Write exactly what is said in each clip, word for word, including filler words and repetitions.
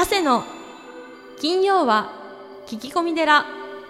長谷の金曜は聞き込み寺。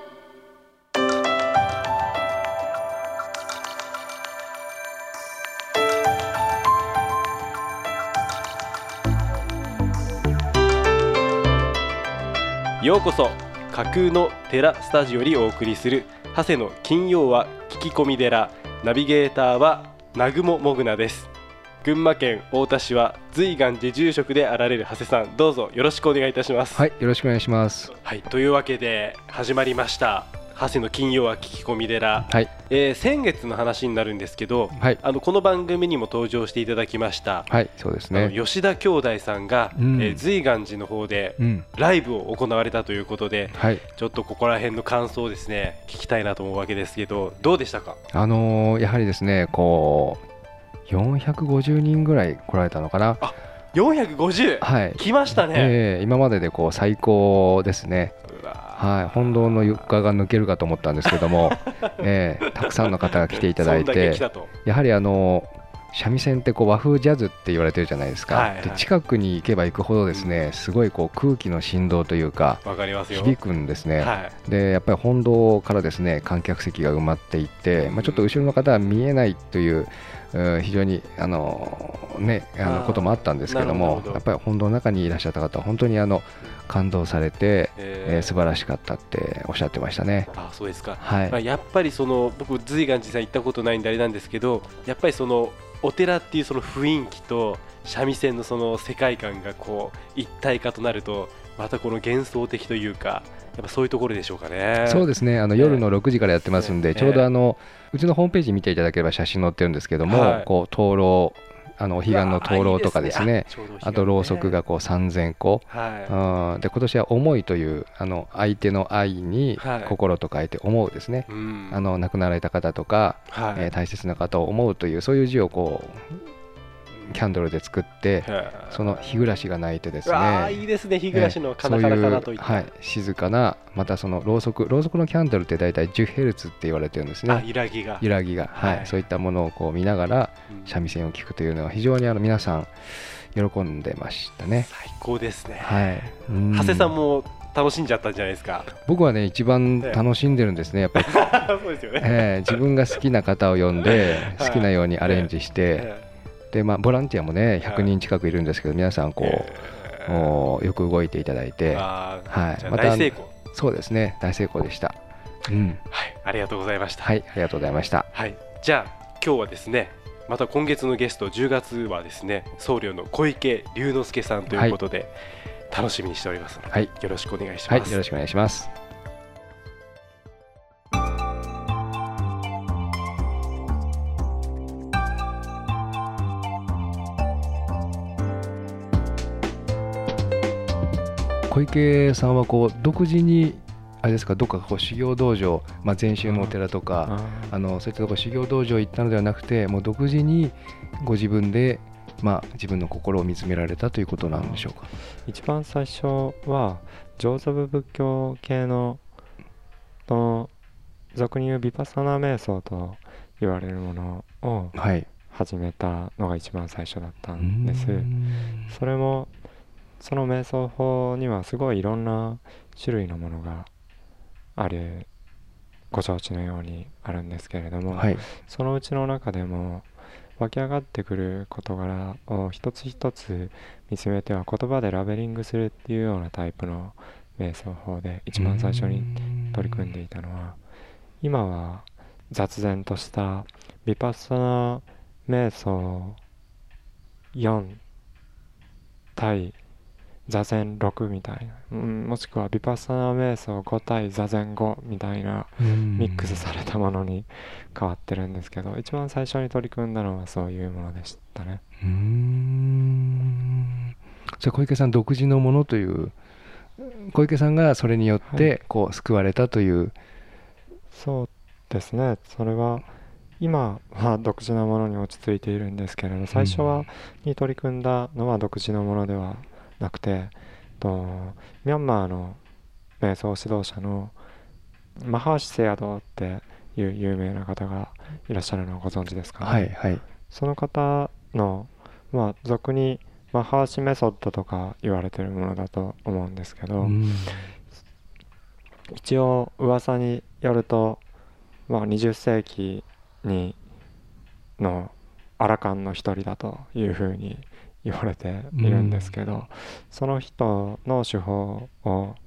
ようこそ架空の寺スタジオよりお送りする長谷の金曜は聞き込み寺。ナビゲーターは南雲もぐなです。群馬県太田市は瑞岩寺住職であられる長谷さん、どうぞよろしくお願いいたします。 はい、よろしくお願いします。 はい、というわけで始まりました長谷の金曜は聞き込み寺。 はい、 えー、先月の話になるんですけど、はい、あのこの番組にも登場していただきました、 はい、そうですね、 吉田兄弟さんが、うんえー、瑞岩寺の方でライブを行われたということで、うんはい、ちょっとここら辺の感想をですね聞きたいなと思うわけですけど、どうでしたか？ あのー、やはりですね、こうよんひゃくごじゅうにんぐらい来られたのかな。 あ、よんひゃくごじゅう、はい、来ましたね、 えー、今まででこう最高ですね。はい、本堂の床が抜けるかと思ったんですけども、えー、たくさんの方が来ていただいて、やはりあの三味線ってこう和風ジャズって言われてるじゃないですか、はいはい、で近くに行けば行くほどですね、すごいこう空気の振動というか響くんですね、はい、でやっぱり本堂からですね観客席が埋まっていって、まあ、ちょっと後ろの方は見えないという非常にあの、ね、あのこともあったんですけども、やっぱり本堂の中にいらっしゃった方は本当にあの感動されて、えーえー、素晴らしかったっておっしゃってましたね。 あ、そうですか、 はい、 まあ、やっぱりその僕瑞岩寺さん行ったことないんであれなんですけど、やっぱりそのお寺っていうその雰囲気と三味線のその世界観がこう一体化となると、またこの幻想的というか、やっぱそういうところでしょうかね。 そうですね、あの夜のろくじからやってますんで、えー、ちょうどあのうちのホームページ見ていただければ写真載ってるんですけども、はい、こう灯籠、あのお彼岸の灯籠とかですね、あ、いいですね、あとろうそくがこうさんぜんこ、はい、で今年は思いというあの相手の愛に心と書いて思うですね、はい、あの亡くなられた方とか、はい、えー、大切な方を思うというそういう字をこうキャンドルで作って、その日暮らしが鳴いてですね、 あ、いいですね、日暮らしのカナカナカナといった、 はい、静かな、またそのろうそくろうそくのキャンドルってだいたいじゅっヘルツって言われてるんですね。 あ、揺らぎが揺らぎが、はい、はい、そういったものをこう見ながら三味線を聞くというのは非常にあの皆さん喜んでましたね。 最高ですね、 はい、 長谷さんも楽しんじゃったんじゃないですか？ 僕はね一番楽しんでるんですね、やっぱりそうですよね、 えー、自分が好きな方を呼んで好きなようにアレンジして、はい、でまあ、ボランティアもねひゃくにん近くいるんですけど、皆さんこう、えー、よく動いていただいて、 はい、また大成功。 そうですね、大成功でした、うん、 はい、ありがとうございました。 はい、ありがとうございました。 はい、じゃあ今日はですね、また今月のゲストじゅうがつはですね僧侶の小池龍之介さんということで、はい、楽しみにしておりますので、はい、よろしくお願いします。 はい、よろしくお願いします。小池さんはこう独自にあれですか、どっかこう修行道場、まあ、禅宗のお寺とか、あのそういったところ修行道場行ったのではなくて、もう独自にご自分で、まあ、自分の心を見つめられたということなんでしょうか？ 一番最初は上座部仏教系のの俗に言うヴィパッサナー瞑想と言われるものを始めたのが一番最初だったんです、はい、それもその瞑想法にはすごいいろんな種類のものがある、ご承知のようにあるんですけれども、はい、そのうちの中でも湧き上がってくる事柄を一つ一つ見つめては言葉でラベリングするっていうようなタイプの瞑想法で一番最初に取り組んでいたのは、今は雑然としたヴィパッサナー瞑想よん対座禅ろくみたいな、うん、もしくはヴィパッサナー瞑想ご対座禅ごみたいなミックスされたものに変わってるんですけど、一番最初に取り組んだのはそういうものでしたね。 うーん、じゃあ小池さん独自のものという、小池さんがそれによってこう救われたという、はい、 そうですね。それは今は独自なものに落ち着いているんですけれど、最初はに取り組んだのは独自のものではなくて、とミャンマーの瞑想指導者のマハーシ・セヤドっていう有名な方がいらっしゃるのをご存知ですかね？ はいはい、 その方の、まあ、俗にマハーシメソッドとか言われてるものだと思うんですけど、うん、一応噂によると、まあ、にじゅっ世紀にのアラカンの一人だというふうに言われているんですけど、うん、その人の手法を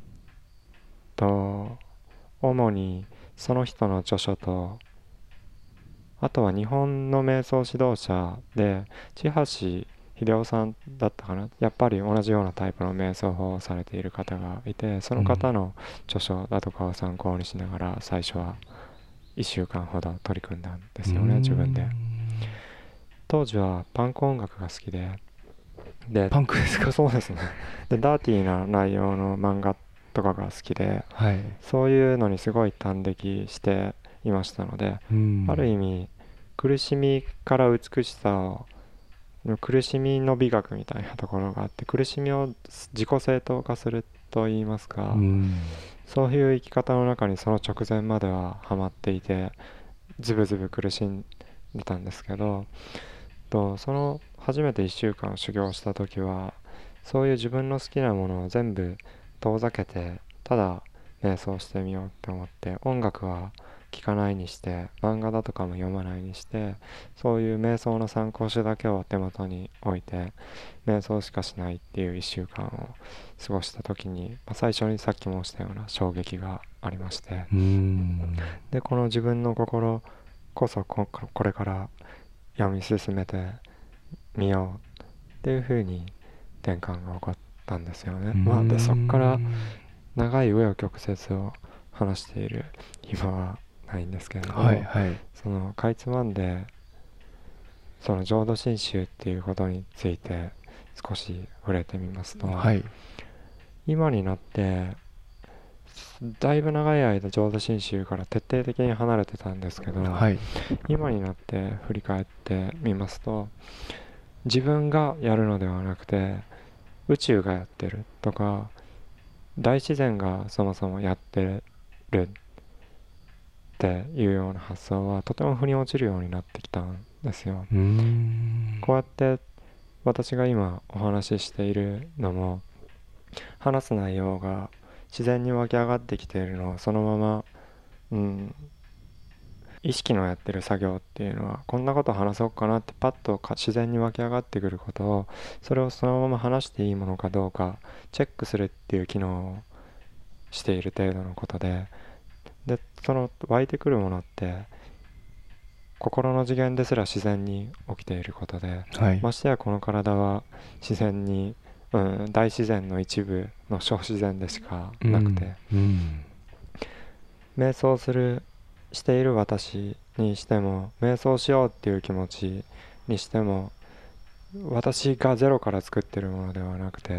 と主にその人の著書と、あとは日本の瞑想指導者で千橋秀夫さんだったかな、やっぱり同じようなタイプの瞑想法をされている方がいて、その方の著書だとかを参考にしながら最初はいっしゅうかんほど取り組んだんですよね、自分で。当時はパンク音楽が好きで、 でパンクですか？ そうですね。でダーティーな内容の漫画とかが好きで、 はい、 そういうのにすごい端的していましたので、ある意味苦しみから美しさを、苦しみの美学みたいなところがあって、苦しみを自己正当化するといいますか、そういう生き方の中にその直前まではハマっていて、ズブズブ苦しんでたんですけど、とその初めていっしゅうかん修行した時は、そういう自分の好きなものを全部遠ざけて、ただ瞑想してみようって思って、音楽は聴かないにして、漫画だとかも読まないにして、そういう瞑想の参考書だけを手元に置いて瞑想しかしないっていういっしゅうかんを過ごした時に、まあ、最初にさっき申したような衝撃がありまして、 うーんでこの自分の心こそ こ, これから読み進めてみようっていう風に転換が起こったんですよね。まあ、でそこから長い紆余曲折を話している今はないんですけれども、 はいはい、 そのかいつまんでその浄土真宗っていうことについて少し触れてみますと、 はい、 今になってだいぶ長い間浄土真宗から徹底的に離れてたんですけど、 はい、 今になって振り返ってみますと、自分がやるのではなくて宇宙がやってるとか、大自然がそもそもやってるっていうような発想はとても腑に落ちるようになってきたんですよ。 うーんこうやって私が今お話ししているのも、話す内容が自然に湧き上がってきているのをそのまま、うん、意識のやってる作業っていうのは、こんなこと話そうかなってパッとか自然に湧き上がってくることを、それをそのまま話していいものかどうかチェックするっていう機能をしている程度のことで、でその湧いてくるものって心の次元ですら自然に起きていることで、 はい、 ましてやこの体は自然に、うん、大自然の一部の小自然でしかなくて、 うんうん、 瞑想するしている私にしても、瞑想しようっていう気持ちにしても、私がゼロから作ってるものではなくて、うん、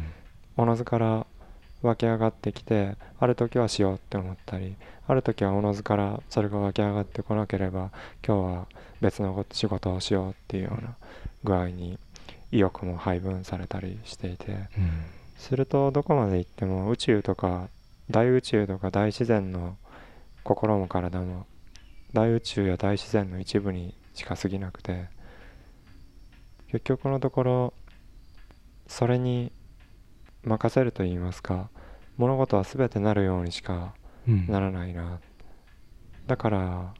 おのずから湧き上がってきて、ある時はしようって思ったり、ある時はおのずからそれが湧き上がってこなければ、今日は別の仕事をしようっていうような具合に意欲も配分されたりしていて、うん、するとどこまで行っても宇宙とか大宇宙とか大自然の心も体も大宇宙や大自然の一部にしか過ぎなくて、結局のところそれに任せると言いますか、物事は全てなるようにしかならないな、うん、だから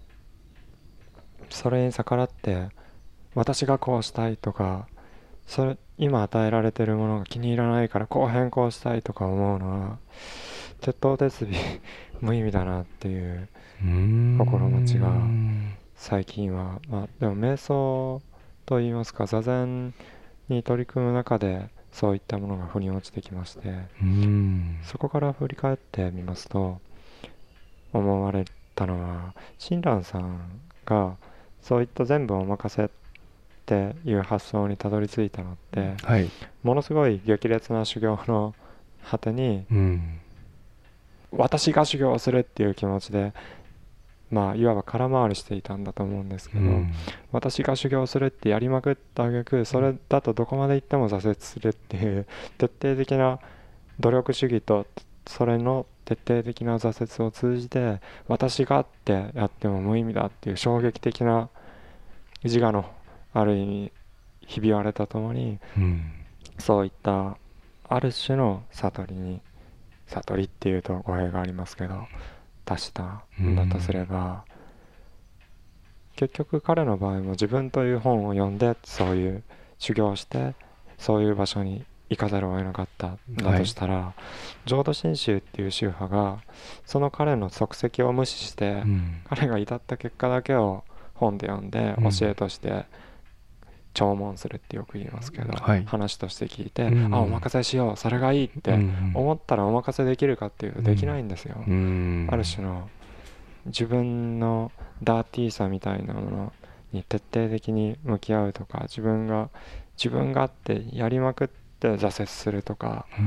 それに逆らって私がこうしたいとか、それ今与えられているものが気に入らないからこう変更したいとか思うのは鉄頭鉄尾無意味だなっていう心持ちが最近は、まあでも瞑想といいますか座禅に取り組む中でそういったものが腑に落ちてきまして、 うん、 そこから振り返ってみますと思われたのは、親鸞さんがそういった全部お任せっていう発想にたどり着いたのって、 はい、 ものすごい激烈な修行の果てに、うん、私が修行するっていう気持ちで、まあいわば空回りしていたんだと思うんですけど、うん、私が修行するってやりまくった挙句、それだとどこまで行っても挫折するっていう徹底的な努力主義と、それの徹底的な挫折を通じて私がってやっても無意味だっていう衝撃的な自我のある意味ひび割れとともに、うん、そういったある種の悟りに悟りっていうと語弊がありますけど達したんだとすれば、うん、結局彼の場合も自分という本を読んでそういう修行をしてそういう場所に行かざるを得なかったんだとしたら、はい、浄土真宗っていう宗派がその彼の足跡を無視して、うん、彼が至った結果だけを本で読んで教えとして聴聞するってよく言いますけど、はい、話として聞いて、うん、あお任せしようそれがいいって思ったらお任せできるかっていうとできないんですよ、うん、ある種の自分のダーティーさみたいなものに徹底的に向き合うとか自分が自分があってやりまくって挫折するとか、うん、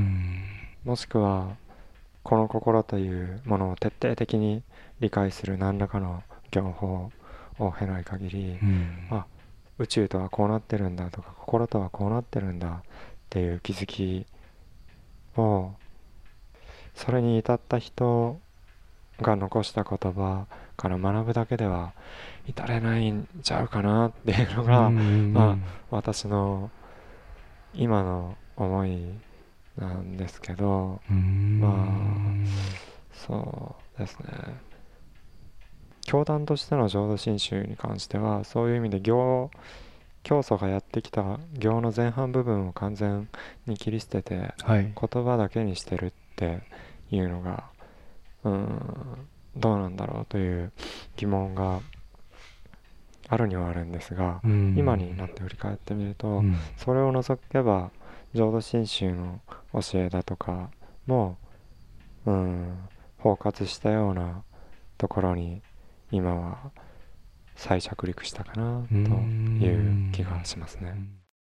もしくはこの心というものを徹底的に理解する何らかの業法を経ない限り、うん、あ宇宙とはこうなってるんだとか心とはこうなってるんだっていう気づきをそれに至った人が残した言葉から学ぶだけでは至れないんちゃうかなっていうのが、まあ、私の今の思いなんですけど、まあそうですね教団としての浄土真宗に関してはそういう意味で行教祖がやってきた行の前半部分を完全に切り捨てて、はい、言葉だけにしてるっていうのがうーんどうなんだろうという疑問があるにはあるんですが、今になって振り返ってみると、うん、それを除けば浄土真宗の教えだとかもうん包括したようなところに今は再着陸したかなという気がしますね。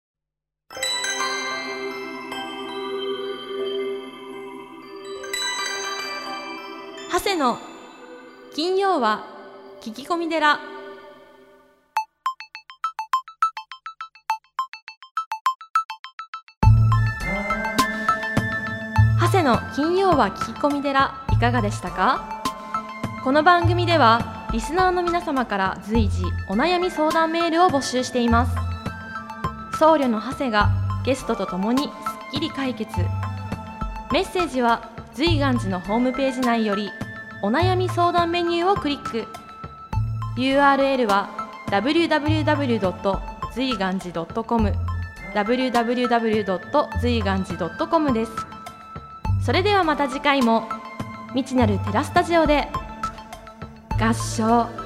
長谷の金曜は聞き込み寺。長谷の金曜は聞き込み寺いかがでしたか？この番組ではリスナーの皆様から随時お悩み相談メールを募集しています。僧侶の長谷がゲストとともにすっきり解決。メッセージは随願寺のホームページ内よりお悩み相談メニューをクリック。 ユーアールエル は ダブリューダブリューダブリュードット随願寺ドットコム ダブリューダブリューダブリュードット随願寺ドットコム です。それではまた次回も未知なるテラスタジオで合唱。